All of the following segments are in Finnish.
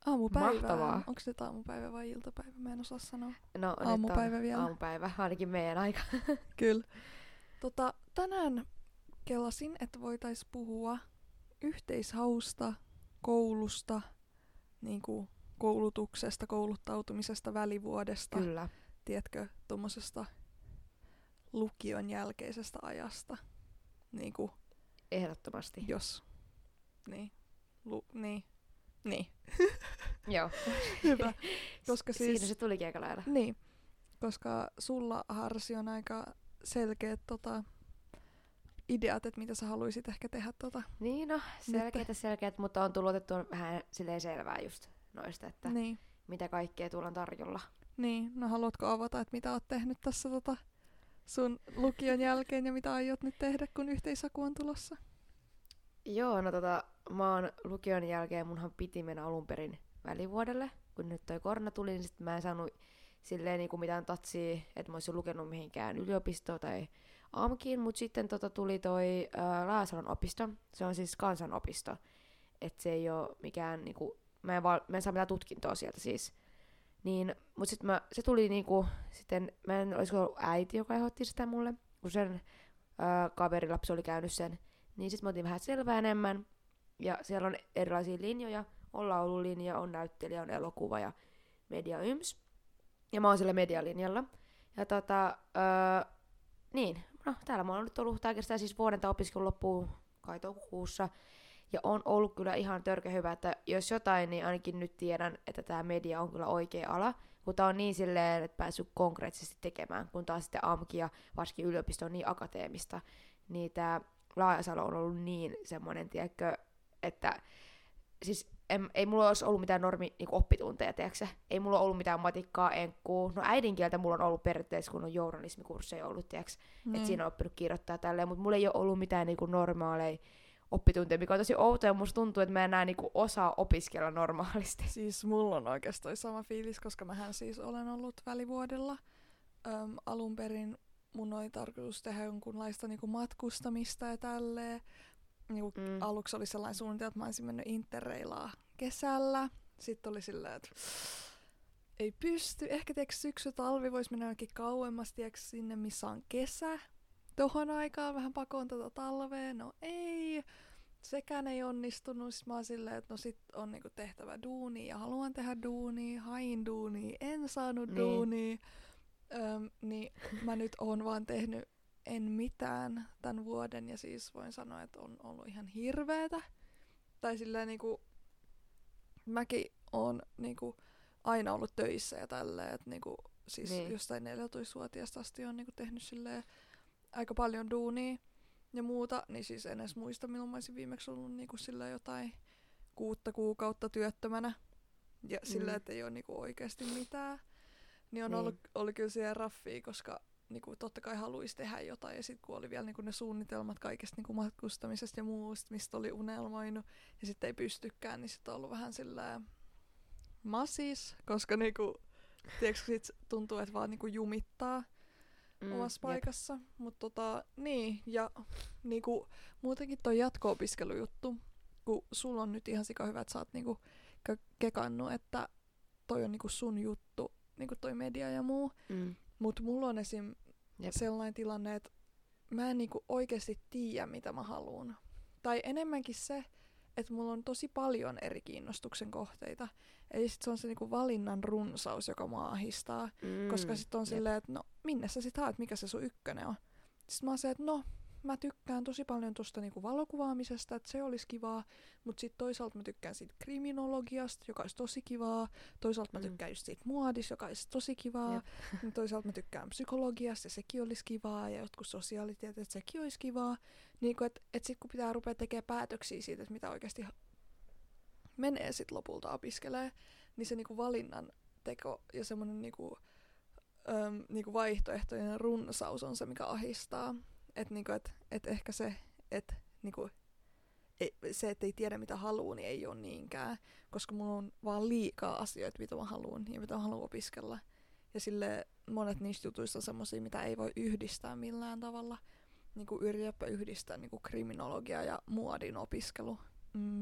aamupäivää. Mahtavaa. Onko se aamupäivä vai iltapäivä? Mä en osaa sanoa. No Aamupäivä nyt on vielä. aamupäivä, ainakin meidän aika. Kyllä. Tänään kelasin, että voitais puhua yhteishausta, koulusta, niinku koulutuksesta, kouluttautumisesta, välivuodesta. Kyllä. Tiedätkö, tuommoisesta lukion jälkeisestä ajasta. Niinku, Ehdottomasti. jos. Niin. Niin. Joo. Hyvä. Koska siis, Siinä se tulikin aika lailla. niin. Koska sulla, Harsi, on aika selkeät ideat, että mitä sä haluaisit ehkä tehdä Niin no, selkeät, mutta on tullut otettua vähän silleen selvää just noista, että Niin. mitä kaikkea tuolla on tarjolla. Niin, no haluatko avata, että mitä oot tehnyt tässä sun lukion jälkeen ja mitä aiot nyt tehdä, kun yhteishaku on tulossa? Joo, no mä oon lukion jälkeen, munhan piti mennä alun perin välivuodelle, kun nyt toi korona tuli, niin sit mä en saanut silleen niinku mitään tatsia, että mä olisin lukenut mihinkään yliopistoon tai AMKiin, mut sitten tuli toi Laasalon opisto, se on siis kansanopisto, että se ei oo mikään niinku, mä en saa mitään tutkintoa sieltä siis. Niin, mut sit se tuli niinku, sitten olisiko ollut äiti, joka ehdotti sitä mulle, kun sen kaverilapsi oli käynyt sen. Niin sit mä otin vähän selvää enemmän. Ja siellä on erilaisia linjoja. On laululinja, on näyttelijä, on elokuva ja media yms. Ja mä oon siellä medialinjalla. Ja niin, no täällä mä oon nyt ollut oikeastaan siis vuoden tai opiskelun loppuun kai toukokuussa. Ja on ollut kyllä ihan törkeä hyvä, että jos jotain, niin ainakin nyt tiedän, että tää media on kyllä oikea ala. Kun tää on niin silleen, että päässyt konkreettisesti tekemään, kun taas sitten AMK ja varsinkin yliopisto on niin akateemista. Niin tää Laajasalo on ollut niin semmoinen, tiedätkö, että siis ei mulla olisi ollut mitään niinku oppitunteja, tiedätkö? Ei mulla ollut mitään matikkaa, enkkuu. No äidinkieltä mulla on ollut periaatteessa, kun on journalismikursseja ollut, tiedätkö? Että siinä on oppinut kirjoittaa tälleen, mutta mulla ei ole ollut mitään niinku normaaleja oppitunteja, mikä on tosi outoa, ja musta tuntuu, että mä enää niinku osaa opiskella normaalisti. Siis mulla on oikeastaan sama fiilis, koska mähän siis olen ollut välivuodella. Alun perin mun oli tarkoitus tehdä jonkunlaista niinku matkustamista ja tälleen. Niinku aluksi oli sellainen suunnitelma, että mä olisin mennyt interreilaa kesällä. Sitten oli silleen, että ei pysty. Ehkä syksy, talvi voisi mennä jonnekin kauemmas, sinne missä on kesä. Tohon aikaan vähän pakoon talvea. No ei. Sekään ei onnistunut. Sitten mä oon silleen, että no sit on niinku tehtävä duunia ja haluan tehdä duunia. Hain duunia, en saanut duunia. Niin mä nyt oon vaan tehnyt en mitään tän vuoden ja siis voin sanoa, että on ollut ihan hirveetä. Tai silleen niinku, mäkin oon niinku aina ollut töissä ja tälleen, että niinku siis jostain 14-vuotiaasta asti on niinku tehnyt silleen aika paljon duunia ja muuta, niin siis en edes muista, milloin mä olisin viimeksi ollut niinku silleen jotain 6 kuukautta työttömänä ja silleen, että ei oo niinku oikeesti mitään. Niin on ollut kyllä siellä raffia, koska niinku, totta kai haluaisi tehdä jotain. Ja sitten kun oli vielä niinku, ne suunnitelmat kaikesta niinku, matkustamisesta ja muusta, mistä oli unelmoinut, ja sitten ei pystykään, niin sitten on ollut vähän silleen masis, koska niinku, tiedätkö, sit tuntuu, että vaan niinku, jumittaa omassa paikassa. Mutta niin, ja niinku, muutenkin toi jatko-opiskelujuttu, kun sulla on nyt ihan sika hyvä, että sä oot niinku, kekannut, että toi on niinku, sun juttu, niinku toi media ja muu. Mut mulla on esim. Sellainen tilanne, että mä en niinku oikeesti tiedä, mitä mä haluun. Tai enemmänkin se, että mulla on tosi paljon eri kiinnostuksen kohteita. Eli sit se on se niinku valinnan runsaus, joka mua ahistaa. Koska sit on silleen, että no minne sä sit haet, mikä se sun ykkönen on. Sitten mä oon se, että no mä tykkään tosi paljon tosta niinku valokuvaamisesta, että se olisi kivaa, mutta sitten toisaalta mä tykkään siitä kriminologiasta, joka olisi tosi kivaa, toisaalta mä tykkään just siitä muodista, joka olisi tosi kivaa, toisaalta mä tykkään psykologiasta, ja sekin olisi kivaa, ja jotkut sosiaalitieteet, sekin olisi kivaa, niin että sitten kun pitää rupea tekemään päätöksiä siitä, että mitä oikeasti menee sitten lopulta opiskelee, niin se niinku valinnan teko ja semmoinen niinku vaihtoehtojen runsaus on se, mikä ahistaa. Että niinku, et ehkä se, että niinku, se, että ei tiedä mitä haluaa, niin ei ole niinkään. Koska mulla on vaan liikaa asioita, mitä mä haluan ja mitä mä haluan opiskella. Ja sille monet niistä jutuista on semmosia, mitä ei voi yhdistää millään tavalla. Niinku yritäpä yhdistää niinku kriminologia ja muodin opiskelu.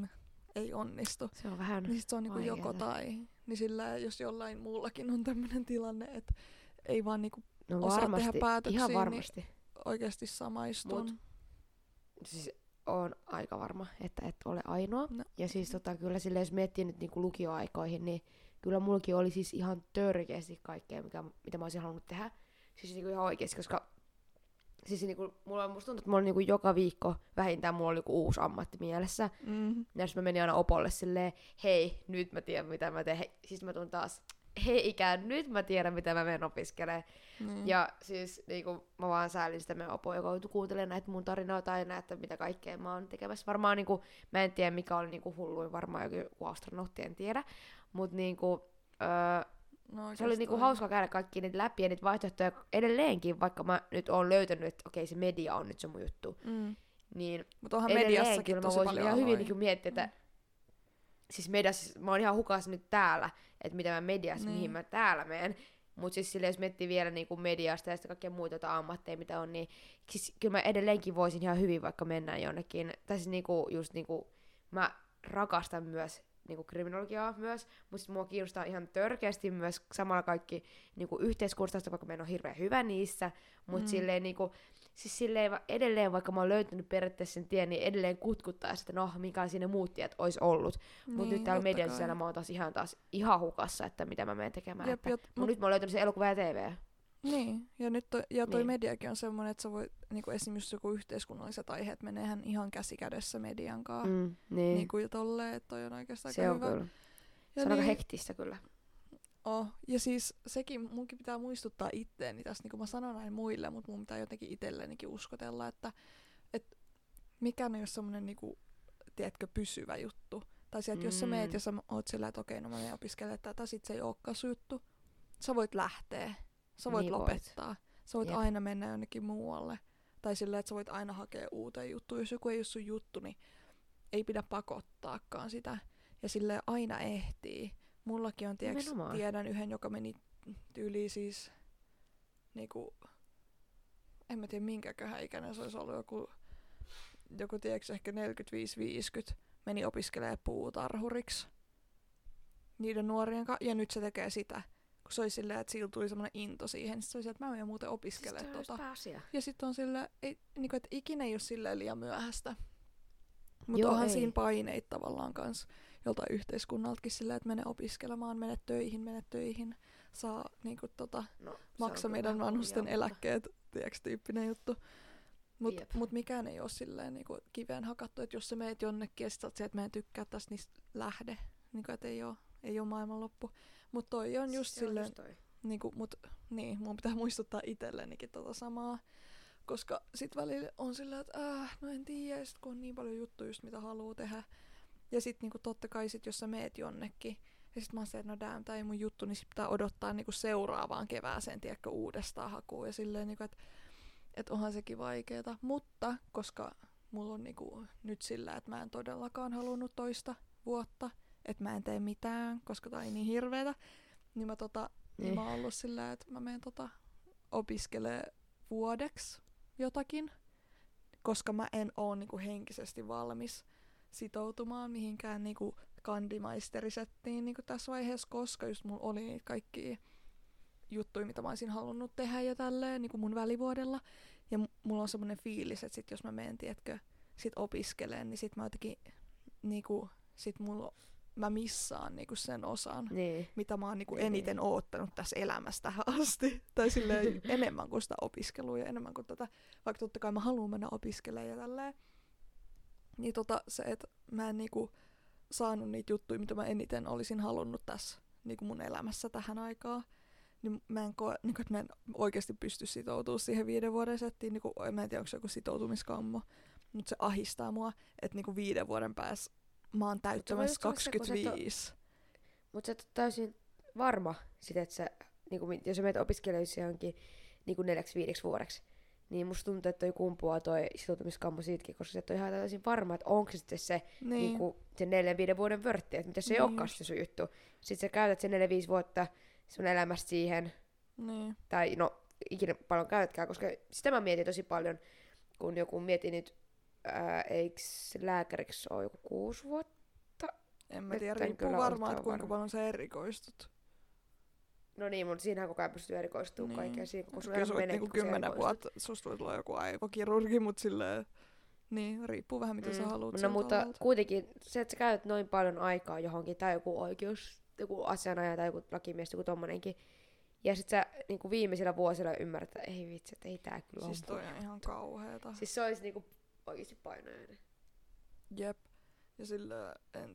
ei onnistu. Se on vähän Niin sit se on niinku joko tai. Niin sillä jos jollain muullakin on tämmönen tilanne, että ei vaan niinku osaa tehdä päätöksiä, ihan varmasti. Niin oikeesti samaistun. Siis on aika varma, että et ole ainoa. No. Ja siis kyllä silleen, jos miettii nyt niinku lukioaikoihin, niin kyllä mullakin oli siis ihan törkeästi kaikkea, mitä mä olisin halunnut tehdä. Siis niinku ihan oikeesti, koska siis niinku, musta tuntuu, että mulla oli niinku joka viikko vähintään mulla oli joku uusi ammatti mielessä. Mm-hmm. Ja sitten mä menin aina opolle silleen, hei, nyt mä tiedän mitä mä teen. Siis mä tuun taas, hei ikään, nyt mä tiedän mitä mä menen opiskelemaan. Ja siis niinku, mä vaan säälin sitä meidän opoa, joka joutui kuuntelemaan näitä mun tarinoita ja näitä, mitä kaikkea mä oon tekemässä. Varmaan niinku, mä en tiedä mikä oli niinku hulluin, varmaan joku astronautti, en tiedä. Mut niinku, no, se oli niinku hauska käydä kaikki niitä läpi ja niitä vaihtoehtoja edelleenkin, vaikka mä nyt oon löytänyt, että okei, se media on nyt se mun juttu. Niin mutta onhan mediassakin mä tosi voisin paljon ihan hyvin aloja. niinku miettiä, että siis mediassa, mä oon ihan hukassa nyt täällä, että mitä mä mediassa, mihin mä täällä menen. Mut siis silleen, jos miettii vielä niinku mediasta ja sitten kaikkia muita ammatteja, mitä on, niin siis kyllä mä edelleenkin voisin ihan hyvin vaikka mennä jonnekin. Tai siis niinku, just niinku, mä rakastan myös niinku kriminologiaa myös, mutta sit mua kiinnostaa ihan törkeästi myös samalla kaikki niinku yhteiskunnasta, vaikka mä en ole hirveän hyvä niissä, mutta silleen niinku, siis silleen edelleen, vaikka mä oon löytänyt periaatteessa sen tien, niin edelleen kutkuttaa sitä, no minkälaisia ne muut tiet ois ollut. Mutta Niin, nyt täällä median sisällä mä oon taas ihan hukassa, että mitä mä menen tekemään. Jep, nyt mä oon löytänyt sen elokuva ja TV. Niin, ja nyt toi Niin. mediakin on semmoinen, että sä voit, niinku esimerkiksi joku yhteiskunnalliset aiheet meneehän ihan käsi kädessä median kanssa. Niin. Niinku tolleen, että toi on oikeastaan Se aika on hyvä. kyllä. Ja Se on aika hektistä kyllä. Ja siis sekin munkin pitää muistuttaa itteeni tässä, niin kuin mä sanon näin muille, mutta mun pitää jotenkin itsellenikin uskotella, että mikään ei ole semmoinen niinku, tiedätkö, pysyvä juttu. Tai se, että jos sä meet ja sä oot sillä, että okei, no mä menen opiskelemaan tätä, sit se ei olekaan se juttu. Sä voit lähteä. Sä voit Niin lopettaa. Sä voit Jep. aina mennä jonnekin muualle. Tai sillä, että sä voit aina hakea uuteen juttuun. Jos joku ei ole sun juttu, niin ei pidä pakottaakaan sitä. Ja silleen aina ehtii. Mullakin on, tiedän yhden, joka meni tyyliin siis niinku, en mä tiedä minkäköhän ikäinen se olisi ollut, joku tiedätkö, ehkä 45-50, meni opiskelemaan puutarhuriksi niiden nuorien kanssa, ja nyt se tekee sitä. Kun se oli silleen, että sillä tuli semmoinen into siihen, niin se oli silleen, että mä menen muuten opiskelemaan Ja sitten on silleen, niinku, että ikinä ei ole silleen liian myöhäistä. Mutta onhan ei. siinä paineita tavallaan kanssa joltain yhteiskunnaltakin silleen, että mene opiskelemaan, mene töihin, saa niinku maksa meidän vanhusten eläkkeet, tiiäks, tyyppinen juttu. Mut mikään ei oo silleen niinku kiveen hakattu, että jos sä meet jonnekin ja sit sä oot se, että mä en tykkää tästä, niin lähde. Niinku, että ei oo maailmanloppu. Mut toi on just silleen, niinku, mun pitää muistuttaa itsellenikin samaa. Koska sit välillä on silleen, että no en tiedä, sit kun on niin paljon juttuja just mitä haluu tehdä. Ja sit niinku totta kai sit jos sä meet jonnekin, ja sit mä oon se, että no damn, tää ei mun juttu, niin sit pitää odottaa niinku seuraavaan kevääseen, tiedätkö, uudestaan hakuun. Ja silleen niinku, että onhan sekin vaikeeta. Mutta koska mulla on niinku nyt sillä, että mä en todellakaan halunnut toista vuotta, että mä en tee mitään, koska tää on niin hirveetä, niin mä oon ollut sillä, että mä menen opiskelee vuodeksi jotakin, koska mä en oo niinku henkisesti valmis sitoutumaan mihinkään niinku kandimaiterisettiin niinku tässä vaiheessa, koska just mulla oli niitä kaikkia juttuja, mitä mä olisin halunnut tehdä ja tälleen niinku mun välivuodella. Ja mulla on semmonen fiilis, että sit jos mä menen, tiedätkö, sit opiskeleen, niin sit mä jotenkin niinku, mä missaan niinku sen osan, mitä mä oon niinku eniten oottanut tässä elämässä tähän asti. Tai silleen enemmän kuin sitä opiskelua ja enemmän kuin vaikka totta kai mä haluan mennä opiskelemaan ja tälleen. Niin se, että mä en niinku saanut niitä juttuja, mitä mä eniten olisin halunnut tässä niinku mun elämässä tähän aikaan. Niin mä en koe, niinku, että mä en oikeasti pysty sitoutumaan siihen 5 vuoden settiin. Niinku, mä en tiedä, onko se joku sitoutumiskammo. Mutta se ahistaa mua, että niinku 5 vuoden päässä mä oon täyttämässä 25. Mutta sä et ole täysin varma sitä, että sä, niinku, jos sä menet opiskelemaan johonkin niinku 4-5 vuodeksi, niin musta tuntuu, että toi kumpuaa toi sitoutumiskammo siitäkin, koska sä et ole ihan täysin varma, että onko se sitten se, niinku, se 4-5 vuoden vörtti, että mitä se ei olekaan se sun juttu. Sitten sä käytät sen 4-5 vuotta sun elämästä siihen, tai no ikinä paljon käytätkään, koska sitä mä mietin tosi paljon, kun joku mietin nyt, eikö lääkäriksi ole joku 6 vuotta tiedä, en riippuu kyllä varmaan, ole että kuinka varma. paljon sä erikoistut. No niin, mutta siinähän koko ajan pystyy erikoistumaan Niin. kaikkeen. Siinä koko sun Kyllä elämä sä voit menee, niinku kun sä 10 erikoistut. vuotta, susta voi tulla joku aivokirurgi, mut silleen, niin, riippuu vähän mitä sä haluut No siltä mutta alalta. kuitenkin se, että sä käyt noin paljon aikaa johonkin, tai joku oikeus, joku asianajaja tai joku lakimies, joku tommonenkin, ja sit sä niinku viimeisillä vuosilla ymmärrät, että ei vitsi, että ei tää kyllä Siis on toi on ihan kauheeta. Siis se olisi niinku oikeesti painajainen. Jep. Ja sillä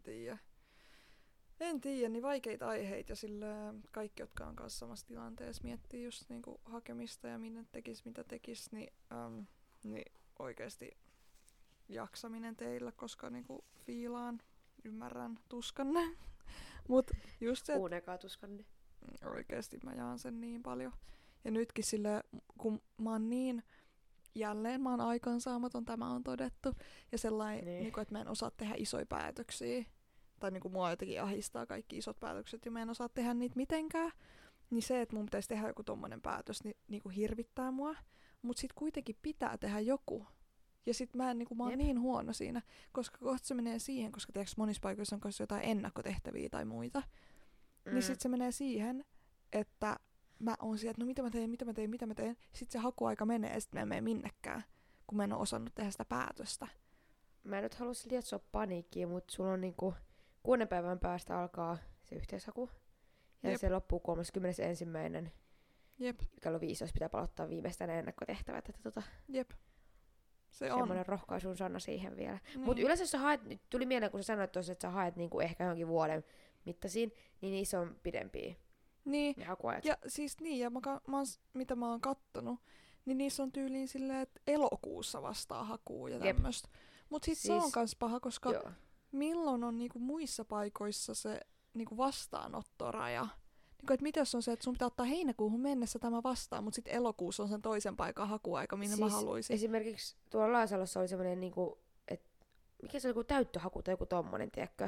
en tiedä, niin vaikeita aiheita ja sillä kaikki, jotka on kanssa samassa tilanteessa, miettii just niinku hakemista ja minne tekis, mitä tekis, niin oikeesti jaksaminen teillä, koska niinku fiilaan, ymmärrän tuskanne. Mut just se, Kuunnelkaa tuskanne. oikeesti mä jaan sen niin paljon. Ja nytkin sillä, kun mä oon niin, jälleen mä oon aikaansaamaton, tämä on todettu. Ja sellainen, Niin. niinku, että mä en osaa tehdä isoja päätöksiä. Tai niinku mua jotenkin ahistaa kaikki isot päätökset ja mä en osaa tehdä niitä mitenkään. Niin se, että mun pitäisi tehdä joku tommonen päätös, niin niinku hirvittää mua. Mut sit kuitenkin pitää tehdä joku. Ja sit mä oon Jep. niin huono siinä, koska kohta se menee siihen, koska tiiäks, monissa paikoissa on kanssa jotain ennakkotehtäviä tai muita. Niin sit se menee siihen, että mä oon siellä, että no mitä mä teen. Sit se hakuaika menee ja sit mä en mene minnekään, kun mä en oo osannut tehdä sitä päätöstä. Mä en nyt halua lietsoa paniikkiä, mutta sulla on niinku 6 päivän päästä alkaa se yhteishaku. Ja Jep. se loppuu 31. Jep, kello 15 pitää palauttaa viimeistään ne ennakkotehtävät. Että jep. Se on. semmoinen rohkaisun sana siihen vielä. Niin. Mutta yleensä jos sä haet, nyt tuli mieleen kun sä sanoit tuossa, että sä haet niinku ehkä johonkin vuoden mittaisiin, niin niissä on pidempiä Niin, ne hakuajat. ja siis niin, ja mitä mä oon kattonut, niin niissä on tyyliin silleen, että elokuussa vastaa hakuu ja Jep. tämmöstä. Mut sit se on Siis- kans paha, koska Joo. milloin on niinku muissa paikoissa se niinku vastaanottoraja? Niinku, että mitä jos on se, että sun pitää ottaa heinäkuuhun mennessä tämä vastaan, mutta sitten elokuussa on sen toisen paikan hakuaika, minne mä haluaisin. Esimerkiksi tuolla Laasalossa oli semmoinen, niinku, että mikä se oli, joku täyttöhaku tai joku tommonen, tiedätkö?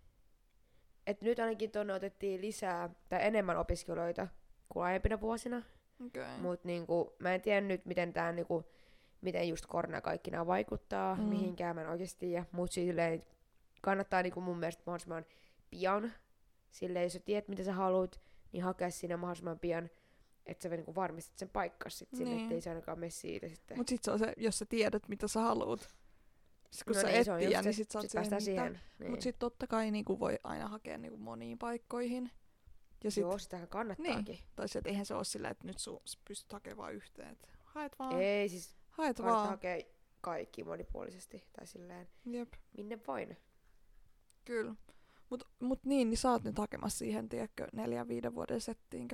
Et nyt ainakin tuonne otettiin lisää tai enemmän opiskelijoita kuin aiempina vuosina. Okay. Mutta niinku, mä en tiedä nyt, miten tää niinku, miten just korona kaikki nää vaikuttaa, mihinkään mä en oikeesti tiedä. Mut silleen kannattaa niinku mun mielestä mahdollisimman pian. Silleen, jos sä tiedät, mitä sä haluat, niin hakea siinä mahdollisimman pian, että sä niinku varmistat sen paikkas sit sinne, Niin. ettei se ainakaan mene siitä sitten. Mut sit se on se, jos sä tiedät, mitä sä haluut. Sit kun No sä niin, et se on tiedä, just niin se. sit sä oot Sit päästään siihen, siihen. Niin. Mut sit totta kai niinku voi aina hakea niinku moniin paikkoihin. Ja sit, Joo, sitähän kannattaakin. tai se, et eihän se oo sillä, että nyt pystyt hakemaan vaan yhteen. Et haet vaan, Ei, siis haet kannattaa vaan. hakea kaikki monipuolisesti. Tai silleen, Jep, minne voin. kyllä. Mut niin sä oot nyt hakemassa siihen, tiedätkö, 4-5 vuoden settiinkö?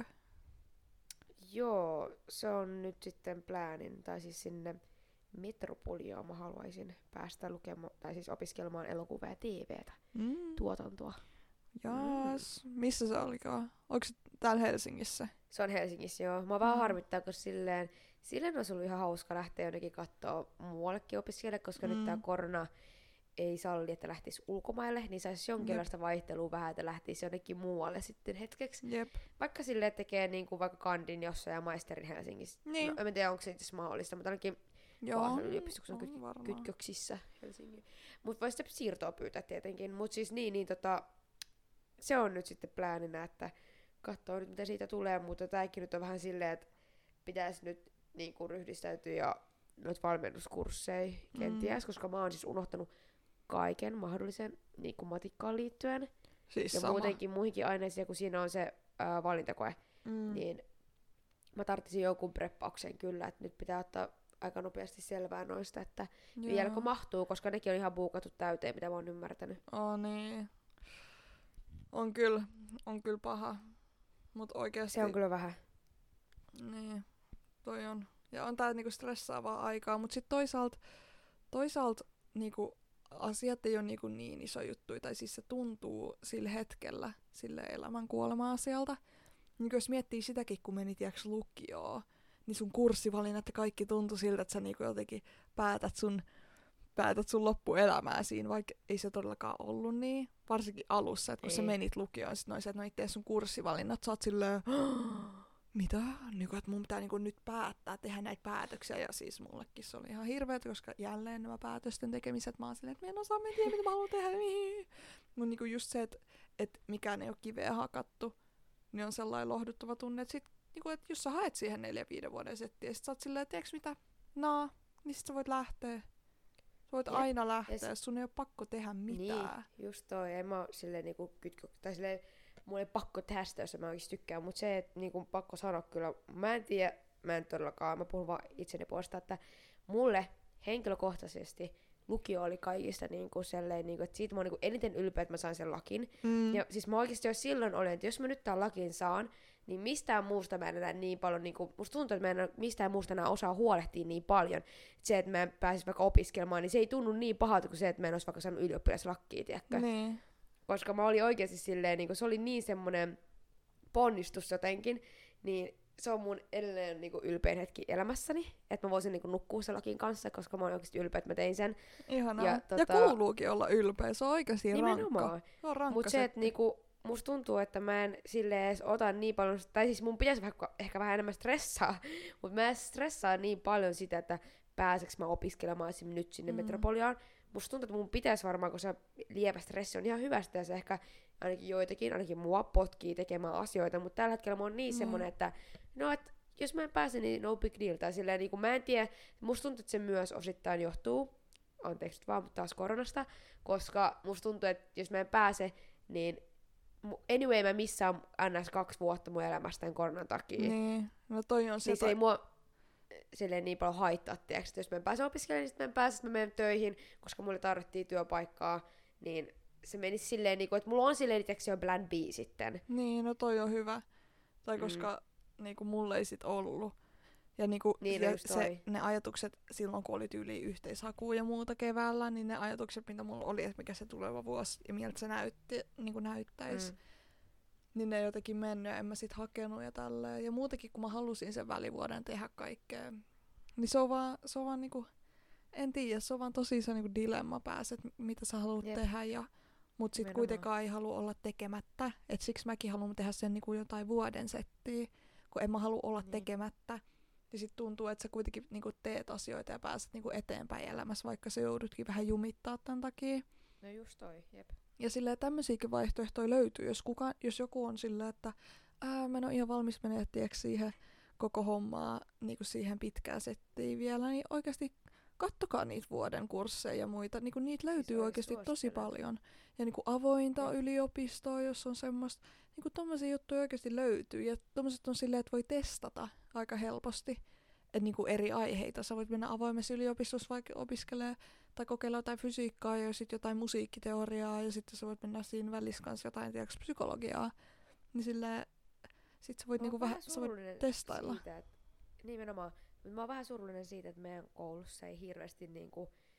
Joo, se on nyt sitten pläänin, tai siis sinne Metropoliaan mä haluaisin päästä lukemaan, tai siis opiskelemaan elokuvaa ja TVtä, tuotantoa. Jaas. Missä se olikaan? Onko se täällä Helsingissä? Se on Helsingissä, joo. Mä vähän harmittaa, koska silleen olisi ollut ihan hauska lähteä jonnekin katsoa muuallekin opiskella, koska nyt tää korona ei salli, että lähtisi ulkomaille, niin saisi jonkinlaista vaihtelua vähän, että lähtisi jonnekin muualle sitten hetkeksi. Jep. Vaikka silleen tekee niinku vaikka kandin jossain ja maisterin Helsingissä. Niin. No, en tiedä, onko se itse asiassa mahdollista, mutta ainakin Joo, Vaasan yliopisto, kun se on varmaan. kytköksissä Helsingin. Mutta voisi sitten siirtoa pyytää tietenkin. Mutta siis se on nyt sitten plääninä, että katsoo nyt mitä siitä tulee, mutta tämäkin nyt on vähän silleen, että pitäisi nyt niinku ryhdistäytyä ja noita valmennuskursseja kenties, koska mä oon siis unohtanut kaiken mahdollisen niinku matikkaan liittyen. Siis Ja sama. muutenkin muihinkin aineisiin, kun siinä on se valintakoe, niin mä tarttisin jonkun preppauksen kyllä, että nyt pitää ottaa aika nopeasti selvää noista, että vieläkö mahtuu, koska nekin on ihan buukattu täyteen, mitä mä oon ymmärtänyt. Niin. On kyllä paha. Mut oikeesti. Se on kyllä vähän. Niin, toi on. Ja on tää niinku stressaavaa aikaa, mut sit toisaalta niinku asiat ei ole niinku niin iso juttu, tai siis se tuntuu sillä hetkellä sille elämän kuolema asialta. Niin jos miettii sitäkin, kun meni tiiäks lukioon, niin sun kurssivalinnat ja kaikki tuntui siltä, että sä niinku jotenkin päätät sun loppuelämää siinä, vaikka ei se todellakaan ollut niin. Varsinkin alussa, että kun sä menit lukioon, sit noin, että no itse sun kurssivalinnat, sä oot silleen, mitä? Niinku, että mun pitää niinku nyt päättää, tehdä näitä päätöksiä. Ja siis mullekin se oli ihan hirveetä, koska jälleen nämä päätösten tekemiset, mä oon silleen, että mä en osaa, mä en tiedä, mitä mä haluan tehdä. Mut niinku just se, että et mikään ei ole kiveä hakattu, niin on sellainen lohduttava tunne, että sit, niinku, et jos sä haet siihen 4-5 vuoden settiä, ja sit sä oot silleen, tiiäks mitä, niin sit sä voit lähteä. Sä voit aina lähteä, jos sun ei ole pakko tehdä mitään. Niin, just toi. En mä oo silleen niinku tai silleen, mulla ei pakko tehdä sitä, jos mä oikeesti tykkään, mut se, että niinku pakko sanoa kyllä, mä en todellakaan, mä puhun vaan itseni puolesta, että mulle henkilökohtaisesti lukio oli kaikista niinku selleen, niinku, että siitä mä oon niinku eniten ylpeä, että mä sain sen lakin. Ja siis mä oikeesti jo silloin olin, että jos mä nyt tän lakin saan, niin mistään muusta mä en enää niin paljon, niinku, musta tuntuu, että mä en mistään muusta enää osaa huolehtia niin paljon. Et se, että mä en pääsis vaikka opiskelemaan, niin se ei tunnu niin pahalta kuin se, että mä en ois vaikka saanut ylioppilaslakkiä, tiedätkö? Niin. Koska mä olin oikeesti silleen, niinku, se oli niin semmonen ponnistus jotenkin, niin se on mun edelleen niinku ylpein hetki elämässäni, että mä voisin niinku nukkua sen lakin kanssa, koska mä olin oikeesti ylpeä, että mä tein sen. Ihanaa. Ja kuuluukin olla ylpeä, se on oikeesti rankka. Se on rankka. Mut se, että niinku, musta tuntuu, että mä en silleen edes ota niin paljon, tai siis mun pitäisi ehkä vähän enemmän stressaa, mutta mä en stressaa niin paljon sitä, että pääseks mä opiskelemaan nyt sinne Metropoliaan. Musta tuntuu, että mun pitäisi varmaan, kun se lievä stressi on ihan hyvästä ja se ehkä ainakin mua potkii tekemään asioita, mutta tällä hetkellä mä oon niin semmonen, että no, että jos mä en pääse, niin no big deal. Tai silleen, niin mä en tiedä, musta tuntuu, että se myös osittain johtuu, anteeksi vaan taas koronasta, koska musta tuntuu, että jos mä en pääse, niin anyway mä missään ns. 2 vuotta mun elämästä koronan takia. Niin, no toi on se. Niin se ei mua silleen niin paljon haittaa, tiiäks, että jos mä en pääse opiskelemaan, niin sitten mä en pääse, että mä menen töihin, koska mulle tarvittiin työpaikkaa, niin se menisi silleen, niin kuin, että mulla on silleen, että jo plan B sitten. Niin, no toi on hyvä. Tai koska niinku mulle ei sit ollut. Ja, niinku, niin, ja ne ajatukset silloin, kun oli tyyli yhteishakua ja muuta keväällä, niin ne ajatukset, mitä mulla oli, että mikä se tuleva vuosi ja miltä se niinku näyttäisi, niin ne ei jotenkin mennyt ja en mä sit hakenut ja tälleen. Ja muutenkin, kun mä halusin sen välivuoden tehdä kaikkea, niin se on vaan niinku, en tiedä, se on vaan tosi se niinku dilemma pääset, mitä sä haluat tehdä ja mut sit kuitenkaan ei halua olla tekemättä. Et siksi mäkin haluan tehdä sen niinku jotain vuoden settiä, kun en mä halua olla tekemättä. Ja sit tuntuu, että sä kuitenkin niinku teet asioita ja pääset niinku eteenpäin elämässä, vaikka sä joudutkin vähän jumittaa tän takia. No just toi, jep. Ja silleen tämmöisiäkin vaihtoehtoja löytyy, jos joku on silleen, että mä en ole ihan valmis meneä siihen koko hommaa niinku siihen pitkään settiin vielä, niin oikeasti kattokaa niitä vuoden kursseja ja muita. Niinku niitä löytyy oikeasti tosi paljon. Ja niinku avointa yliopistoa, jos on semmoista. Niinku tommosia juttuja oikeasti löytyy. Ja tommoset on silleen, että voi testata aika helposti. Että niinku eri aiheita. Sä voit mennä avoimessa yliopistossa vaikka opiskelemaan tai kokeilla jotain fysiikkaa ja sitten jotain musiikkiteoriaa. Ja sitten sä voit mennä siinä välissä kanssa jotain psykologiaa. Niin silleen, sit sä voit niinku vähän sä voit testailla. Siitä, että, nimenomaan. Mutta mä oon vähän surullinen siitä, että meidän koulussa ei hirveästi niin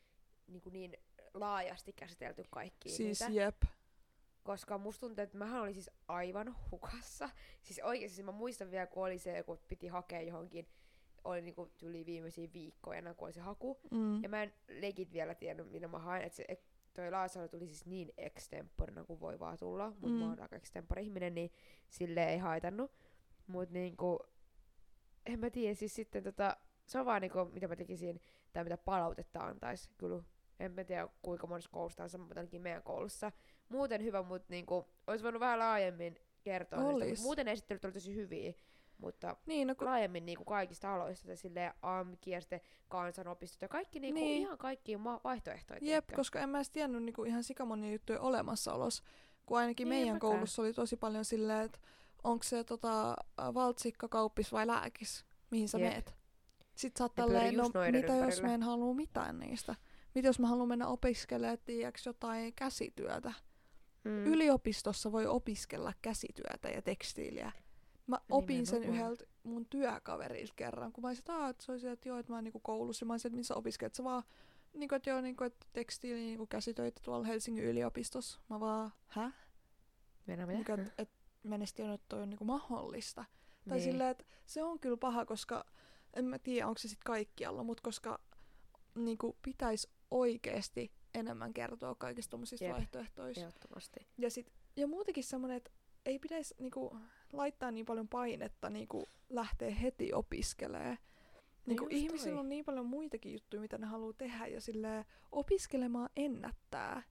laajasti käsitelty kaikkia siis niitä. Jep. Koska musta tuntuu, että mähän olin siis aivan hukassa. Siis oikeesti siis mä muistan vielä, kun oli se, kun piti hakea johonkin, oli niinku yli viimeisiä viikkoja, kun oli se haku. Ja mä en legit vielä tiennyt, mitä mä haen. Et toi Laasalo tuli siis niin extemporina kuin voi vaan tulla. Mut mä oon aika extempore-ihminen, niin silleen ei haitannut. Mut niinku en mä tiedä, siis sitten se on vaan niinku, mitä mä tekisin, tai mitä palautetta antais, kyllä. En mä tiedä, kuinka monessa koulussa on sama, ainakin meidän koulussa. Muuten hyvä, mutta niinku, olisi voinut vähän laajemmin kertoa niistä. Muuten esittelyt oli tosi hyviä, mutta niin, laajemmin niinku kaikista aloista, silleen AMK-kierste, kansanopistot ja kaikki niinku, ihan kaikki vaihtoehtoja. Jep, koska en mä edes tiennyt niinku ihan sikamonia juttuja olemassaolossa, kun ainakin meidän koulussa oli tosi paljon silleen, että onko se valtsikka, kauppis vai lääkis, mihin sä meet. Sitten sä oot tälleen, no mitä jos mä en halua mitään niistä? Mitä jos mä haluan mennä opiskelemaan, tiiäks, jotain käsityötä? Yliopistossa voi opiskella käsityötä ja tekstiiliä. Mä opin sen yhdeltä mun työkaverilta kerran, kun mä olisin, että se olisi, että joo, että mä oon niinku koulussa. Ja mä olisin, että missä opiskelet? Se vaan, niinku, että joo, niinku, että tekstiili, niinku käsitöitä tuolla Helsingin yliopistossa. Mä vaan, niinku, että menesti on, että toi on niinku mahdollista. Niin. Tai silleen, että se on kyllä paha, koska en mä tiedä, onko se sit kaikkialla, mutta koska niinku pitäisi oikeesti enemmän kertoa kaikista tommosista vaihtoehtoista. Ehdottomasti. Ja muutenkin semmonen, että ei pitäisi niinku laittaa niin paljon painetta niinku lähteä heti opiskelemaan. Niinku ihmisillä on niin paljon muitakin juttuja, mitä ne haluaa tehdä ja silleen opiskelemaan ennättää.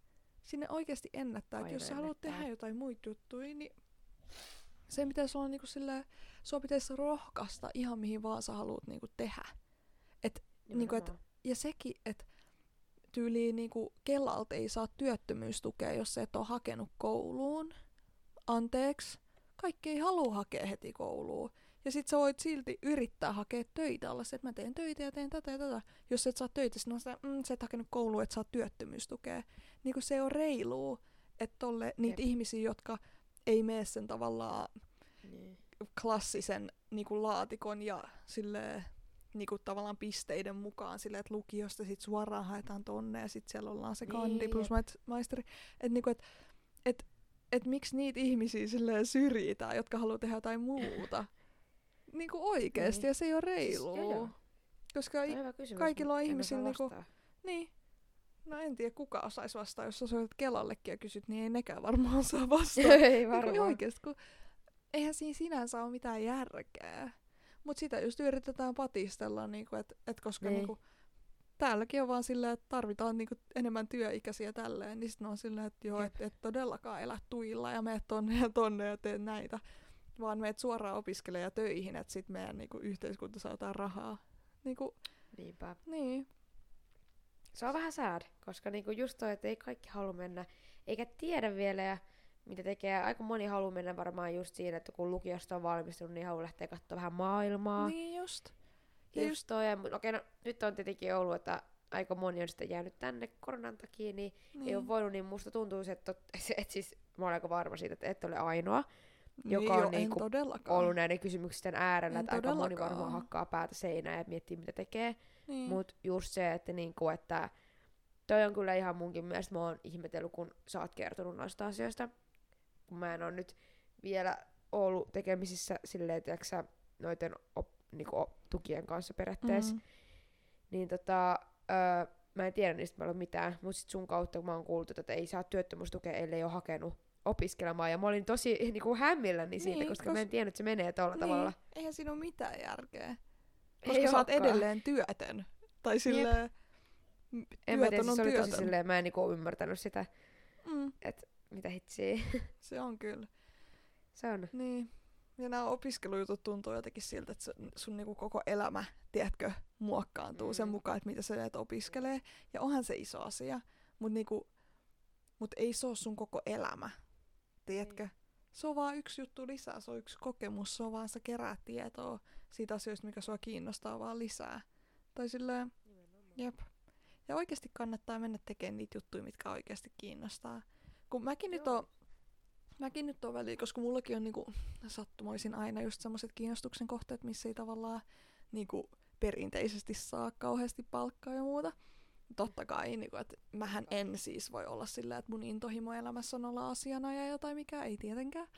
sinne oikeasti ennättää, että jos sä haluat ennättää. tehdä jotain muita juttuja, niin se pitäisi olla niinku silleen, sua pitäisi rohkaista ihan mihin vaan sä haluat niinku tehdä. Niinku, ja sekin, että tyyliin niinku Kelalta ei saa työttömyystukea, jos sä et ole hakenut kouluun. Anteeksi. Kaikki ei halua hakea heti kouluun. Ja sit sä voit silti yrittää hakea töitä, olla se, että mä teen töitä ja teen tätä ja tätä. Jos et saa töitä, sit on sitä, sä et hakenut kouluun, että saa työttömyystukea. Niinku se on reiluu, että tolle niitä ihmisiä, jotka ei mene sen tavallaan klassisen niinku laatikon ja silleen, niinku tavallaan pisteiden mukaan silleen, että lukiosta sit suoraan haetaan tonne ja sit siellä ollaan se kandi plus maisteri. Että niinku, et miksi niitä ihmisiä silleen syrjitään, jotka haluaa tehdä jotain muuta? Niinku oikeesti, ja se ei ole reilua. Koska kaikilla on ihmisillä niinku... Niin. No en tiedä, kuka osaisi vastaa, jos sä soitat Kelallekin ja kysyt, niin ei nekään varmaan saa vastaa. Ei varmaan. Niin oikeesti, kun eihän siinä sinänsä ole mitään järkeä. Mut sitä just yritetään patistella, niinku, koska niinku, täälläkin on vaan silleen, että tarvitaan niinku enemmän työikäisiä tälleen, niin sitten on silleen, että joo, et todellakaan elä tuilla ja meet tonne ja tonne ja teet näitä, vaan meet suoraan opiskelemaan ja töihin, että sitten meidän niinku yhteiskunta saa jotain rahaa. Niinku, niinpä. Niin. Se on vähän sad, koska niinku just toi, että ei kaikki halua mennä, eikä tiedä vielä ja mitä tekee. Aika moni haluaa mennä varmaan just siinä, että kun lukiosta on valmistunut, niin haluaa lähteä katsoa vähän maailmaa. Niin just. Just toi, okei, no, nyt on tietenkin ollut, että aika moni on sitten jäänyt tänne koronan takia, niin ei ole voinut, niin musta tuntuu, että siis mä olen aika varma siitä, että et ole ainoa, joka on niinku ollut näiden kysymysten äärellä, että aika moni varmaan hakkaa päätä seinään ja miettii, mitä tekee. Niin. Mut just se, että, niinku, että toi on kyllä ihan munkin mielestä, mä oon ihmetellyt, kun sä oot kertonut noista asioista, kun mä en oo nyt vielä ollut tekemisissä silleen, tiiäksä, noiden niinku tukien kanssa periaatteessa. Niin mä en tiedä niistä paljon mitään, mutta sit sun kautta, kun mä oon kuullut, että ei saa työttömyystukea, ellei ole hakenut opiskelemaan. Ja mä olin tosi niinku hämmilläni siitä, koska mä en tiennyt, että se menee tolla tavalla. Eihän siinä ole mitään järkeä. Koska sä oot edelleen työtön. Tai silleen... En mä tiedä, siis se oli tosi silleen, mä en niinku ymmärtänyt sitä. Että mitä hitsiä. Se on kyllä. Se on. Niin. Ja nämä opiskelujutut tuntuu jotenkin siltä, että sun niinku koko elämä, tiedätkö, muokkaantuu sen mukaan, että mitä sä teet opiskelee. Ja onhan se iso asia, mut ei se ole sun koko elämä, tiedätkö? Se on vaan yksi juttu lisää, se on yksi kokemus, se on vaan sä keräät tietoa siitä asioista, mikä sua kiinnostaa vaan lisää. Tai silleen, jep. Ja oikeasti kannattaa mennä tekemään niitä juttuja, mitkä oikeasti kiinnostaa. Kun mäkin nyt on väliin, koska mullakin on niinku sattumoisin aina just semmoiset kiinnostuksen kohteet, missä ei tavallaan niinku perinteisesti saa kauheasti palkkaa ja muuta. Totta kai, niinku, että mähän en siis voi olla sillä, että mun intohimo elämässä on olla asianajaja tai mikä, ei tietenkään.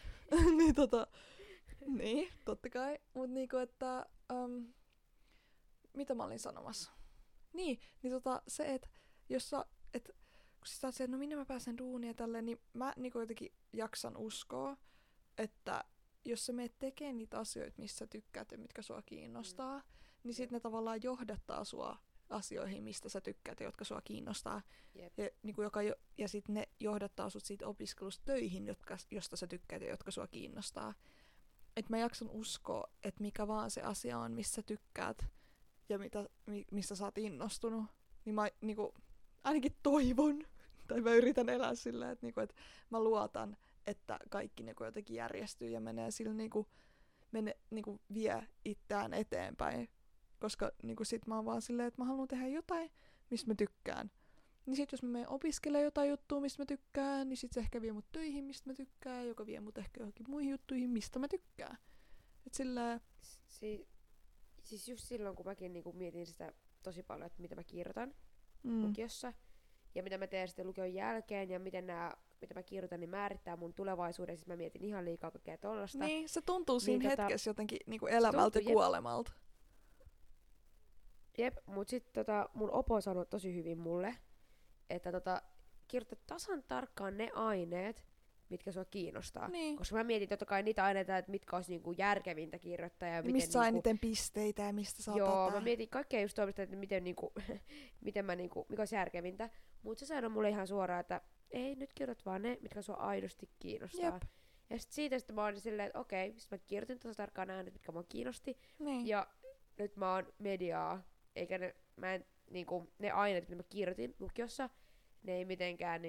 Niin, totta kai. Mut niinku, että mitä mä olin sanomassa? Niin se, että jos sä, kun sä oot se, että no minne mä pääsen duunia tälleen, niin mä niinku jotenkin jaksan uskoa, että jos sä meet tekemään niitä asioita, missä tykkäät ja mitkä sua kiinnostaa, niin sit ne tavallaan johdattaa sua asioihin, mistä sä tykkäät ja jotka sua kiinnostaa. Ja, niinku, ja sit ne johdattaa sut siitä opiskelusta töihin, josta sä tykkäät ja jotka sua kiinnostaa. Et mä jaksan uskoa, että mikä vaan se asia on, missä tykkäät ja mistä sä oot innostunut, niin mä niinku, ainakin toivon, tai mä yritän elää sillä, että niinku, et mä luotan, että kaikki niinku jotenkin järjestyy ja menee sillä niinku vie itseään eteenpäin. Koska niinku sit mä oon vaan silleen, että mä haluan tehdä jotain, mistä mä tykkään. Niin sit jos mä menen opiskelemaan jotain juttua, mistä mä tykkään, niin sit se ehkä vie mut töihin, mistä mä tykkään, joka vie mut ehkä johonkin muihin juttuihin, mistä mä tykkään. Et silleen... Siis just silloin, kun mäkin niinku mietin sitä tosi paljon, että mitä mä kirjoitan lukiossa, ja mitä mä teen sitten lukion jälkeen, ja miten mitä mä kirjoitan, niin määrittää mun tulevaisuuden. Siis mä mietin ihan liikaa kaikkea tollasta. Niin, se tuntuu siinä hetkessä jotenkin niinku elämältä ja kuolemalta. Jep, mut sit mun opo sanoi tosi hyvin mulle, että kirjoita tasan tarkkaan ne aineet, mitkä sua kiinnostaa. Niin. Koska mä mietin totta kai niitä aineita, että mitkä olisi niinku järkevintä kirjoittaa. Ja mistä saa eniten pisteitä ja mistä saa Joo, mä mietin kaikkea just toimista, että miten, mikä olisi järkevintä. Mutta se sanoi mulle ihan suoraan, että ei, nyt kirjoit vaan ne, mitkä sua aidosti kiinnostaa. Jep. Ja sitten mä olin silleen, että okei, sit mä kirjoitin tosi tarkkaan äänet, mitkä mua kiinnosti. Niin. Ja nyt mä oon mediaa, eikä ne aineet, mitä mä kirjoitin lukiossa, ne ei mitenkään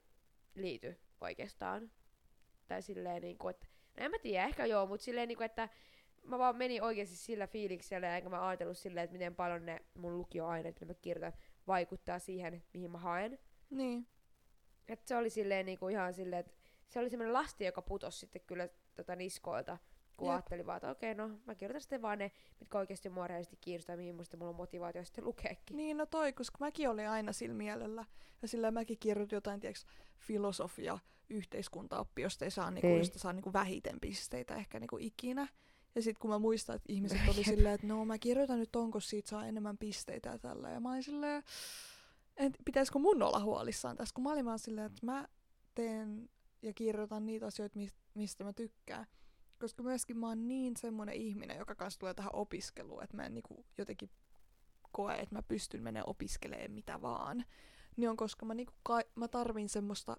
liity oikeastaan. Tai silleen että, no en mä tiedä, ehkä joo, mut silleen että mä vaan menin oikeesti sillä fiiliksellä, enkä mä ajatellut silleen, että miten paljon ne mun lukioaineet, mitä mä kirjoitan, vaikuttaa siihen, mihin mä haen. Niin. Et se oli silleen ihan silleen, että se oli semmoinen lasti, joka putosi sitten kyllä niskoilta, kun Jep. ajattelin vaan, että okei, no mä kirjoitan sitten vaan ne, mitkä oikeasti mua rehellisesti kiinnostaa, mihin mulla on motivaatio sitten lukeekin. Niin, no toi, koska mäkin olin aina sillä mielellä. Ja sillä mäkin kirjoitin jotain, tiiäks, filosofia, yhteiskuntaoppi, josta ei saa, josta saa vähiten pisteitä ehkä ikinä. Ja sit kun mä muistan, että ihmiset oli silleen, että no mä kirjoitan nyt ton, kun siitä saa enemmän pisteitä ja tällä. Ja mä olin silleen, että pitäisikö mun olla huolissaan tässä, kun mä olin vaan silleen, että mä teen ja kirjoitan niitä asioita, mistä mä tykkään. Koska myöskin mä oon niin semmonen ihminen, joka kanssa tulee tähän opiskeluun, että mä en jotenkin koe, että mä pystyn menemään opiskelemaan mitä vaan. Niin on, koska mä tarvin semmoista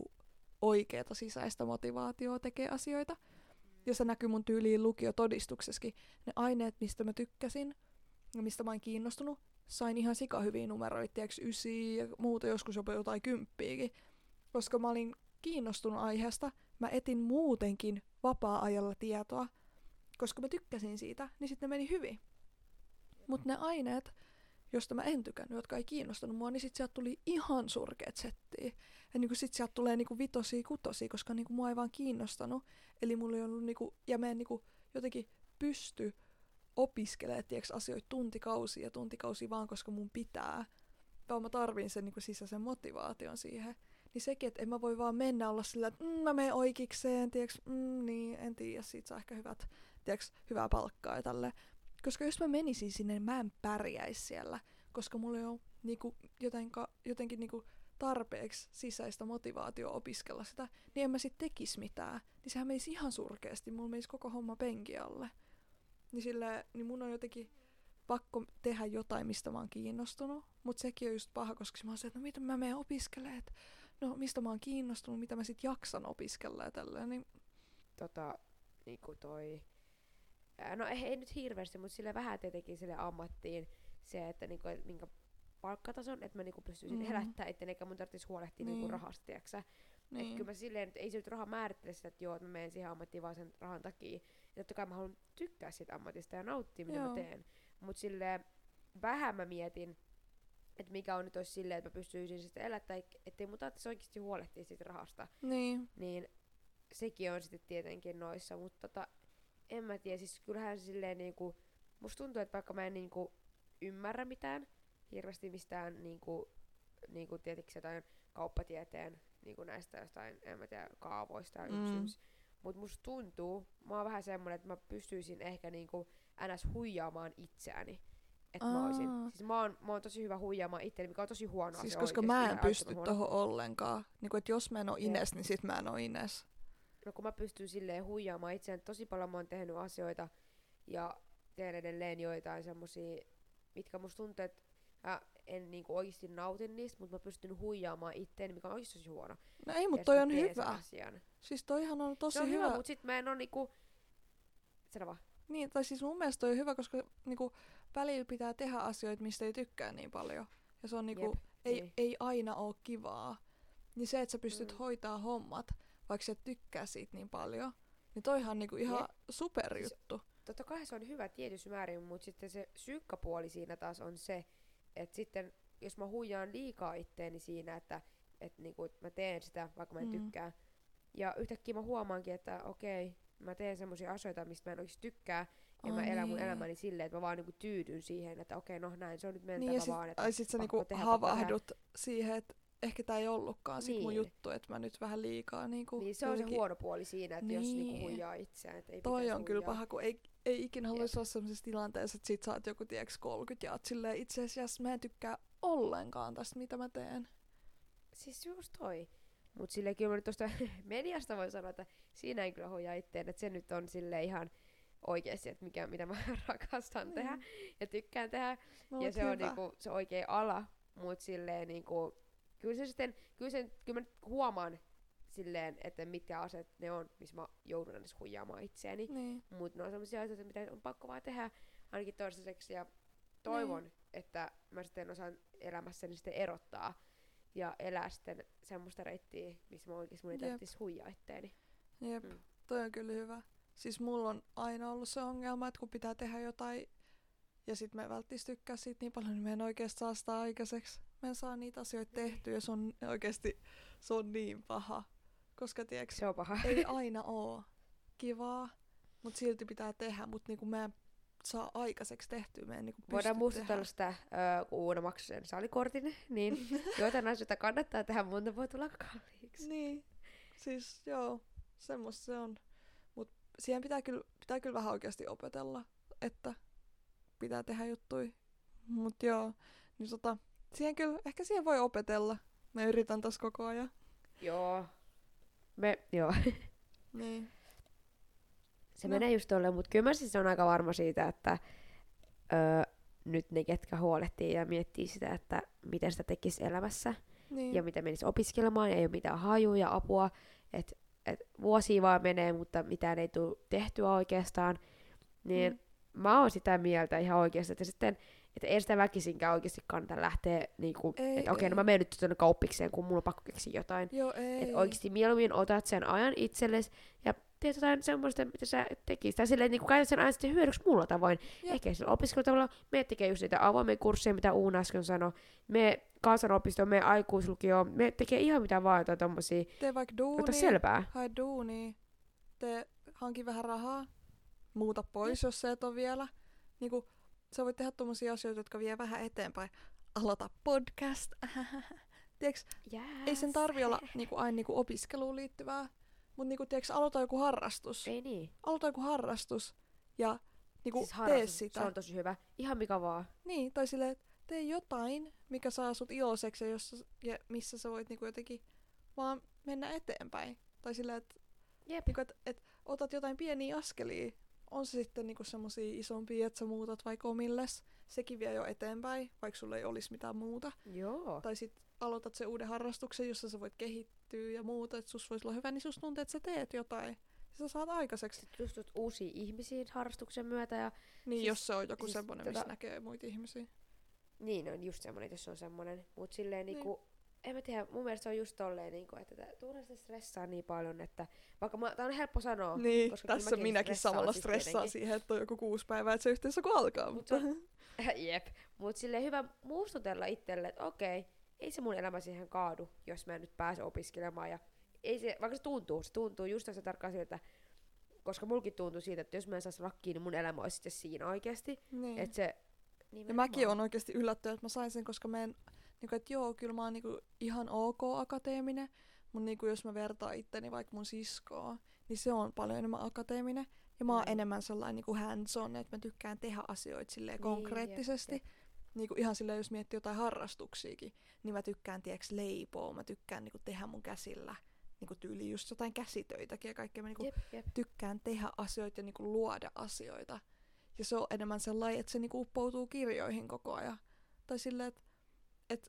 oikeata sisäistä motivaatiota tekee asioita. Ja se näkyy mun tyyliin lukiotodistuksessakin. Ne aineet, mistä mä tykkäsin ja mistä mä oon kiinnostunut, sain ihan sikahyviä numeroita, tiiäks 9 ja muuta, joskus jopa jotain 10. Koska mä olin kiinnostunut aiheesta, mä etin muutenkin vapaa-ajalla tietoa, koska mä tykkäsin siitä, niin sitten ne meni hyvin. Mutta ne aineet, josta mä en tykännyt, jotka ei kiinnostanut mua, niin sit sieltä tuli ihan surkeet settiä. Ja sit sieltä tulee 5, 6, koska mua ei vaan kiinnostanut. Eli mulla ei ollut ja mä en jotenkin pysty opiskelemaan asioita tuntikausia vaan, koska mun pitää. Vaan mä tarvin sen sisäisen motivaation siihen. Niin sekin, että en mä voi vaan mennä olla sillä, että mä menen oikeikseen, niin, en tiedä, siitä saa ehkä hyvää palkkaa ja tälleen. Koska jos mä menisin sinne, niin mä en pärjäisi siellä, koska mulla ei ole jotenkin tarpeeksi sisäistä motivaatiota opiskella sitä, niin en mä sit tekis mitään. Niin sehän menisi ihan surkeasti, mulla menisi koko homma penki alle. Niin mun on jotenkin pakko tehdä jotain, mistä mä oon kiinnostunut, mutta sekin on just paha, koska mä oon se, että no miten mä menen opiskelemaan, no mistä mä oon kiinnostunut, mitä mä sit jaksan opiskella ja tälleen. Niin no ei nyt hirveästi, mutta sille vähän tietenkin sille ammattiin se, että minkä palkkatason, että mä pystyisin elättämään itteni, eikä mun tarvitsisi huolehtia rahasta, tiiäksä. Niin. Että kyllä mä silleen, että ei se nyt raha määrittele sitä, että joo, että mä menen siihen ammattiin vaan sen rahan takia. Ja totta kai mä haluan tykkää siitä ammatista ja nauttia, mitä mä teen. Mut silleen vähän mä mietin, että mikä on nyt olisi silleen, että mä pystyisin sitten elättämään, ettei mun tarvitsisi oikeasti huolehtia siitä rahasta. Niin sekin on sitten tietenkin noissa, mutta en mä tiedä, siis kyllähän se silleen musta tuntuu, että vaikka mä en ymmärrä mitään, hirveästi mistään tietenkin jotain kauppatieteen näistä jostain, en mä tiedä, kaavoista ja kysymys. Mut musta tuntuu, mä oon vähän semmonen, että mä pystyisin ehkä ns. Huijaamaan itseäni. Että mä oisin. Siis mä oon tosi hyvä huijaamaan itseäni, mikä on tosi huono siis asia koska oikeesti, mä en pysty tohon ollenkaan. Että jos mä en oo Ines, niin sit mä en oo Ines. No kun mä pystyn silleen huijaamaan itseäni, tosi paljon mä oon tehnyt asioita ja teen edelleen joitain semmosia, mitkä musta tuntuu, että en oikeesti nautin niistä, mutta mä pystyn huijaamaan itteeni, mikä on oikeesti tosi huono. No ei, mutta toi on hyvä. Siis toihan on tosi hyvä. Se on hyvä, mut sit mä en oo sano vaan. Niin, tai siis mun mielestä toi on hyvä, koska välillä pitää tehdä asioita, mistä ei tykkää niin paljon. Ja se on ei aina oo kivaa. Niin se, että sä pystyt hoitaa hommat, vaikka sä et tykkää siitä niin paljon, niin toihan on ihan superjuttu. Totta kai se on hyvä tietyssä määrin, mutta sitten se synkkapuoli siinä taas on se, että sitten jos mä huijaan liikaa itteeni siinä, että mä teen sitä, vaikka mä en tykkää, ja yhtäkkiä mä huomaankin, että okei, mä teen semmosia asioita, mistä mä en oikeesti tykkää, ja mä elän mun elämäni silleen, että mä vaan tyydyn siihen, että okei, no näin, se on nyt mentävä niin, vaan. Että sit sä havahdut siihen, että ehkä tää ei ollutkaan sit mun juttu, että mä nyt vähän liikaa niin se on se huono puoli siinä, että jos huijaa itseään, että ei toi on huijaa. kyllä paha, kun ei ikinä haluaisi olla sellaisessa tilanteessa, että sit saat joku 30 ja oot silleen itse asiassa mä en tykkää ollenkaan tästä, mitä mä teen. Siis just toi. Mut silleen kyllä nyt tosta mediasta voi sanoa, että siinä ei kyllä huijaa itteen, että se nyt on silleen ihan oikeesti, että mitä mä rakastan tehdä ja tykkään tehdä. No, ja se hyvä. On se oikea ala, mut silleen Kyllä mä huomaan silleen, että mitkä asiat ne on, missä mä joudun aina huijaamaan itseäni. Niin. Mutta ne on sellaisia asioita, mitä on pakko vaan tehdä ainakin toistaiseksi. Ja toivon, että mä sitten osaan elämässäni sitten erottaa ja elää sitten semmoista reittiä, missä mä oikeesti mun ei tarvitsisi huijaa itteeni. Jep, toi on kyllä hyvä. Siis mulla on aina ollut se ongelma, että kun pitää tehdä jotain ja sit mä välttis tykkää siitä niin paljon, niin mä en oikeesti saa sitä aikaiseksi. Mä en saa niitä asioita tehtyä ja se on oikeesti se on niin paha. Koska tiiäks, Se on paha. ei aina oo kivaa, mut silti pitää tehdä, mut niinku mä en saa aikaiseksi tehtyä. Mä en niinku pysty Voidaan muistutella sitä, kun Uuna maksoi sen salikortin, niin joitain asioita kannattaa tehdä, mutta voi tulla kalliiksi. Niin, siis joo, semmoista se on. Mut siihen pitää kyllä vähän oikeasti opetella, että pitää tehdä juttui. Mut joo, niin ehkä siihen voi opetella. Mä yritän tässä koko ajan. Joo. Niin. Se menee just tolleen, mutta kyllä mä siis on aika varma siitä, että nyt ne, ketkä huolehtii ja miettii sitä, että miten sitä tekisi elämässä Niin. ja miten menisi opiskelemaan, ei ole mitään hajua ja apua, että vuosia vaan menee, mutta mitään ei tule tehtyä oikeastaan, niin mä oon sitä mieltä ihan oikeasti, että sitten että ei sitä väkisinkään oikeasti kannata lähteä, niinku, että okei, no mä menen nyt tuonne kauppikseen, kun mulla on pakko keksiä jotain. Joo, ei. Että oikeasti mieluummin otat sen ajan itsellesi ja teet jotain semmoista, mitä sä tekisit. Tai silleen, niin käytät sen ajan sitten hyödyksi muulla tavoin. Ehkä sillä opiskelutavalla me tekee just niitä avoimia kursseja, mitä Uuna äsken sanoi. Me kansanopistoon, me aikuislukioon, me tekee ihan mitä vaan jotain tommosia. Tee vaikka duunia, ota selvää. hae duunia, hanki vähän rahaa, muuta pois, jos se et ole vielä. Niinku, sä voit tehdä tommosia asioita, jotka vie vähän eteenpäin. Aloita podcast. Tiedätkö, ei sen tarvi olla aina opiskeluun liittyvää, mutta aloita joku harrastus. Ei niin. Aloita joku harrastus ja siis tee sitä. Se on tosi hyvä. Ihan mikä vaan. Niin, tai silleen, että tee jotain, mikä saa sut iloiseksi ja missä sä voit jotenkin vaan mennä eteenpäin. Tai silleen, että et otat jotain pieniä askelia. On se sitten semmosia isompia, että sä muutat vaikka omilles. Sekin vie jo eteenpäin, vaikka sulla ei olisi mitään muuta. Joo. Tai sit aloitat sen uuden harrastuksen, jossa sä voit kehittyä ja muuta, että sus voisi olla hyvä, niin susta tuntuu, että sä teet jotain. Ja sä saat aikaiseksi. Sitten tutustut uusia ihmisiä harrastuksen myötä. Ja niin, siis, jos se on joku siis semmonen, missä näkee muita ihmisiä. Niin, on just semmonen, jos se on semmonen. Mut silleen en mä tiedä, mun mielestä se on just tolleen, että turhaan sitä stressaa niin paljon, että vaikka tää on helppo sanoa. Niin, koska tässä minäkin samalla stressaan siihen, että on joku 6 päivää, että se yhteensä kun alkaa. Mutta jep, mut silleen hyvä muistutella itselle, että okei, ei se mun elämä siihen kaadu, jos mä en nyt pääse opiskelemaan. Ja ei se, vaikka se tuntuu just tässä tarkkaan siltä, koska mulkin tuntuu siitä, että jos mä en saisi lakkiin, niin mun elämä olisi sitten siinä oikeesti. Niin. Että se, ja mäkin on oikeesti yllättynyt, että mä sain sen, koska mä en, että joo, kyllä mä oon ihan ok akateeminen, mutta jos mä vertaan itteni vaikka mun siskoa, niin se on paljon enemmän akateeminen. Ja mä oon enemmän sellainen hands-on, että mä tykkään tehdä asioita silleen konkreettisesti. Ihan silleen, jos miettii jotain harrastuksiakin, niin mä tykkään leipoa, mä tykkään tehdä mun käsillä tyyli just jotain käsitöitäkin ja kaikkea. Mä tykkään tehdä asioita ja luoda asioita. Ja se on enemmän sellainen, että se uppoutuu kirjoihin koko ajan. Tai silleen, että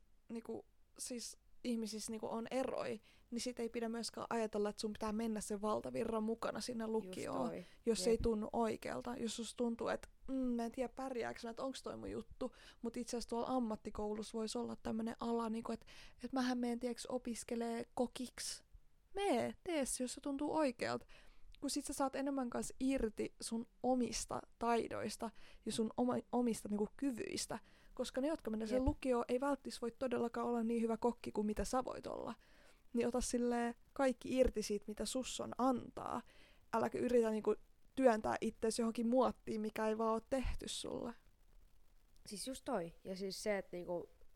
siis ihmisissä on eroi, niin sit ei pidä myöskään ajatella, että sun pitää mennä sen valtavirran mukana sinne lukioon, jos se ei tunnu oikealta. Jos susta tuntuu, että mä en tiedä pärjääkö että onko toi mun juttu, mutta itse asiassa tuolla ammattikoulussa voisi olla tämmönen ala, että mähän menen opiskelee kokiksi. Tee se, jos se tuntuu oikealta. Kun sit sä saat enemmän kanssa irti sun omista taidoista ja sun omista kyvyistä. Koska ne, jotka menee sen lukioon, ei välttis voi todellakaan olla niin hyvä kokki kuin mitä sä voit olla. Niin ota silleen kaikki irti siitä, mitä sus on antaa. Äläkä yritä työntää itseäsi johonkin muottiin, mikä ei vaan ole tehty sulle. Siis just toi. Ja siis se, että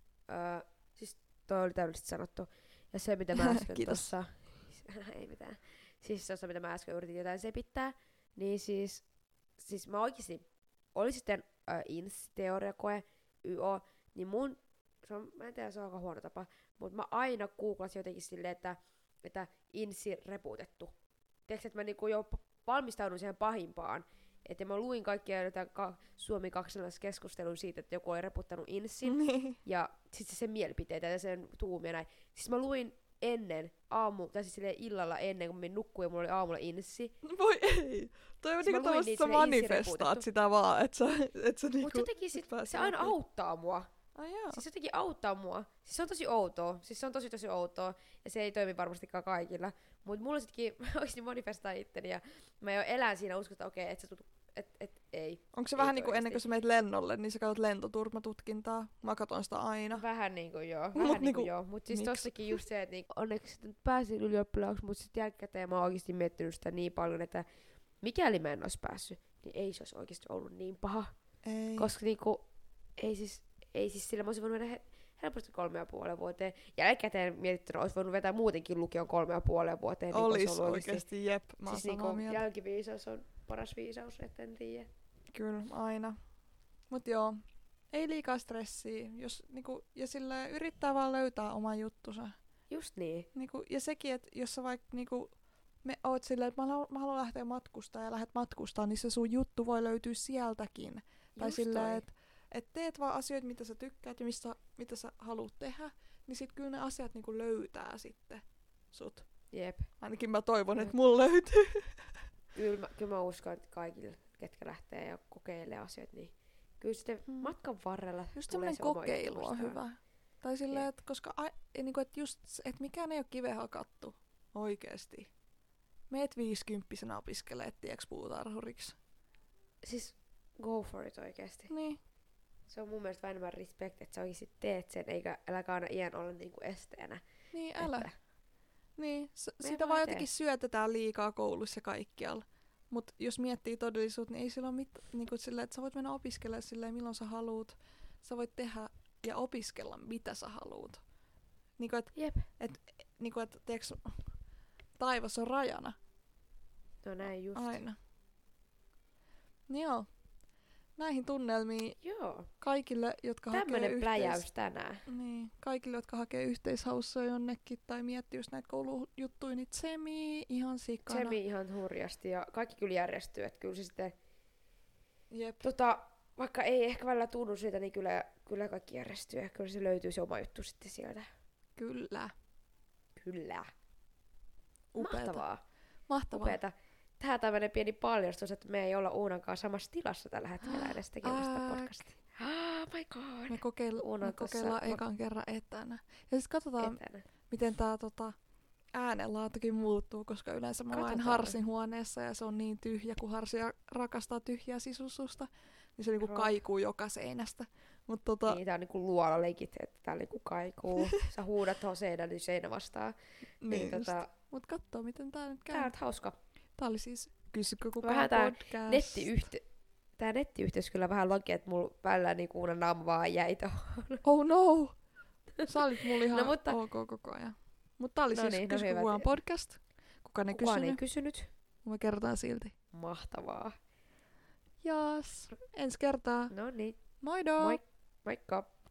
siis toi oli täydellisesti sanottu. Ja se, mitä mä äsken tossa ei mitään. Siis tossa, mitä mä äsken yritin jotain sepittää, niin siis mä oikeesti oli sitten INS-teoriakoe, YO, niin mä en tiedä, se on aika huono tapa, mutta mä aina googlasin jotenkin silleen, että INSI repuutettu. Tiedätkö, että mä jo valmistaudun siihen pahimpaan, Että mä luin kaikkia Suomi 2 keskustelun siitä, että joku oli reputtanut inssin. Niin. Ja sitten sen mielipiteitä ja sen tuumia näin. Siis mä luin ennen tai siis silleen illalla ennen, kun mä nukkuin ja mulla oli aamulla inssi. Voi ei. Toi on Siis niinku mä luin tämmöstä, niitä sä silleen manifestaat insirepuutettu. sitä vaan, että sä niinku... Mut jotenkin se aina auttaa mua. Ai joo. Siis jotenkin auttaa mua. Siis se on tosi outoa. Siis se on tosi outoa. Ja se ei toimi varmastikaan kaikilla. Mut mulla sittenkin, mä voisin manifestaa itteni ja mä jo elän siinä uskon, että okei, että se ei. Onko se ei vähän niinku oikeesti. ennen kuin sä meet lennolle, niin sä katsot lentoturmatutkintaa? Mä katon sitä aina. Vähän niinku joo. Mut Vähän niinku niinku, joo. Mut siis miksi? tossakin just se, että niinku, onneksi sitten pääsin ylioppilaaksi, mut sit jälkikäteen mä oon oikeesti miettinyt sitä niin paljon, että mikäli mä en ois päässyt, niin ei se ois oikeesti ollut niin paha. Ei. Koska niinku, ei siis sillä mä olisin voinut mennä helposti 3,5 vuoteen. Jälkikäteen mietittynä olisi voinut vetää muutenkin lukion 3,5 vuoteen. Niin Olis oikeesti, jep. Mä oon siis samaa niinku mieltä. jälkiviisaus on paras viisaus, et en tiedä. Kyllä, aina. Mut joo, ei liikaa stressiä. Jos, niinku, ja sillä yrittää vaan löytää oma juttunsa. Just niin. Niinku, ja sekin, että jos sä vaikka niinku, me oot silleen, että mä haluan lähteä matkustaa ja lähdet matkustaa, niin se sun juttu voi löytyä sieltäkin. Tai Just silleen, toi. että et teet vaan asioita, mitä sä tykkäät ja mitä sä haluat tehdä, niin sit kyllä ne asiat niinku löytää sitten sut. Jep. Ainakin mä toivon, Mm. että mulla löytyy. Kyllä mä uskon, että kaikille, ketkä lähtee ja kokeilee asioita, niin kyllä sitten matkan varrella Just tulee tämmönen se oma kokeilu juttu on vastaan. hyvä. Tai silleen, Jep. että koska niinku, et just, et mikään ei ole kiven hakattu. Oikeesti. Meet 50-vuotiaana opiskelee, tiiäks, puutarhuriksi. Siis go for it oikeesti. Niin. Se on mun mielestä vähän enemmän respect, että sä oikeesti teet sen, eikä äläkä aina iän olla niinku esteenä. Niin, älä. Että, Niin, Me sitä vaan vaan tee. jotenkin syötetään liikaa koulussa ja kaikkialla. Mut jos miettii todellisuutta, niin ei sillä ole niinku silleen, että sä voit mennä opiskelemaan silleen, milloin sä haluut. Sä voit tehdä ja opiskella, mitä sä haluut. Niinku, jep. niinku, tiiäks, taivas on rajana. No näin just. Aina. Niin joo. Näihin tunnelmiin Joo. kaikille, jotka Tämmönen pläjäys tänään. Niin, kaikille, jotka hakee yhteishaussa jonnekin tai miettii just näitä koulujuttuja, niin tsemi ihan sikana. Semi ihan hurjasti ja kaikki kyllä järjestyy, että kyllä se sitten, Jep. vaikka ei ehkä välillä tunnu siitä, niin kyllä kaikki järjestyy ja kyllä se löytyy se oma juttu sitten sieltä. Kyllä. Kyllä. Upeeta. Mahtavaa. Mahtavaa. Upeeta. Tähän tämmönen pieni paljastus, että me ei olla Uunan kanssa samassa tilassa tällä hetkellä edes tekemästä podcastia. Oh my god. Me Uunan tuossa kokeillaan ekan kerran etänä. Ja sitten katsotaan, etänä. miten tää äänenlaatukin muuttuu, koska yleensä mä olen Katsotaan. Harsin huoneessa ja se on niin tyhjä, kun Harsi rakastaa tyhjää sisustusta, niin se niinku Roh. kaikuu joka seinästä. Mut Niin, tää on niinku luolaleikit, että tää niinku kaikuu. Sä huudat tuohon seinään, niin seinä vastaa. niin Niin, Mut kattoo, miten tää nyt käy. tää on hauska. Tää oli siis Kysykö kukaan Vähän tää podcast. Tää nettiyhteys kyllä vähän laki, että mulla välillä niinku Uunan naama vaan jäi tohon. Oh no! Sä olit mulla ihan No, mutta- ok koko ajan. Mutta tää oli No siis niin, no Kysykö hyvä. kukaan podcast. Kukaan ei Kukaan kysynyt. ei kysynyt. Me kerrotaan silti. Mahtavaa. Jaas. Ensi kertaa. No niin, Moido! moi. Moikka.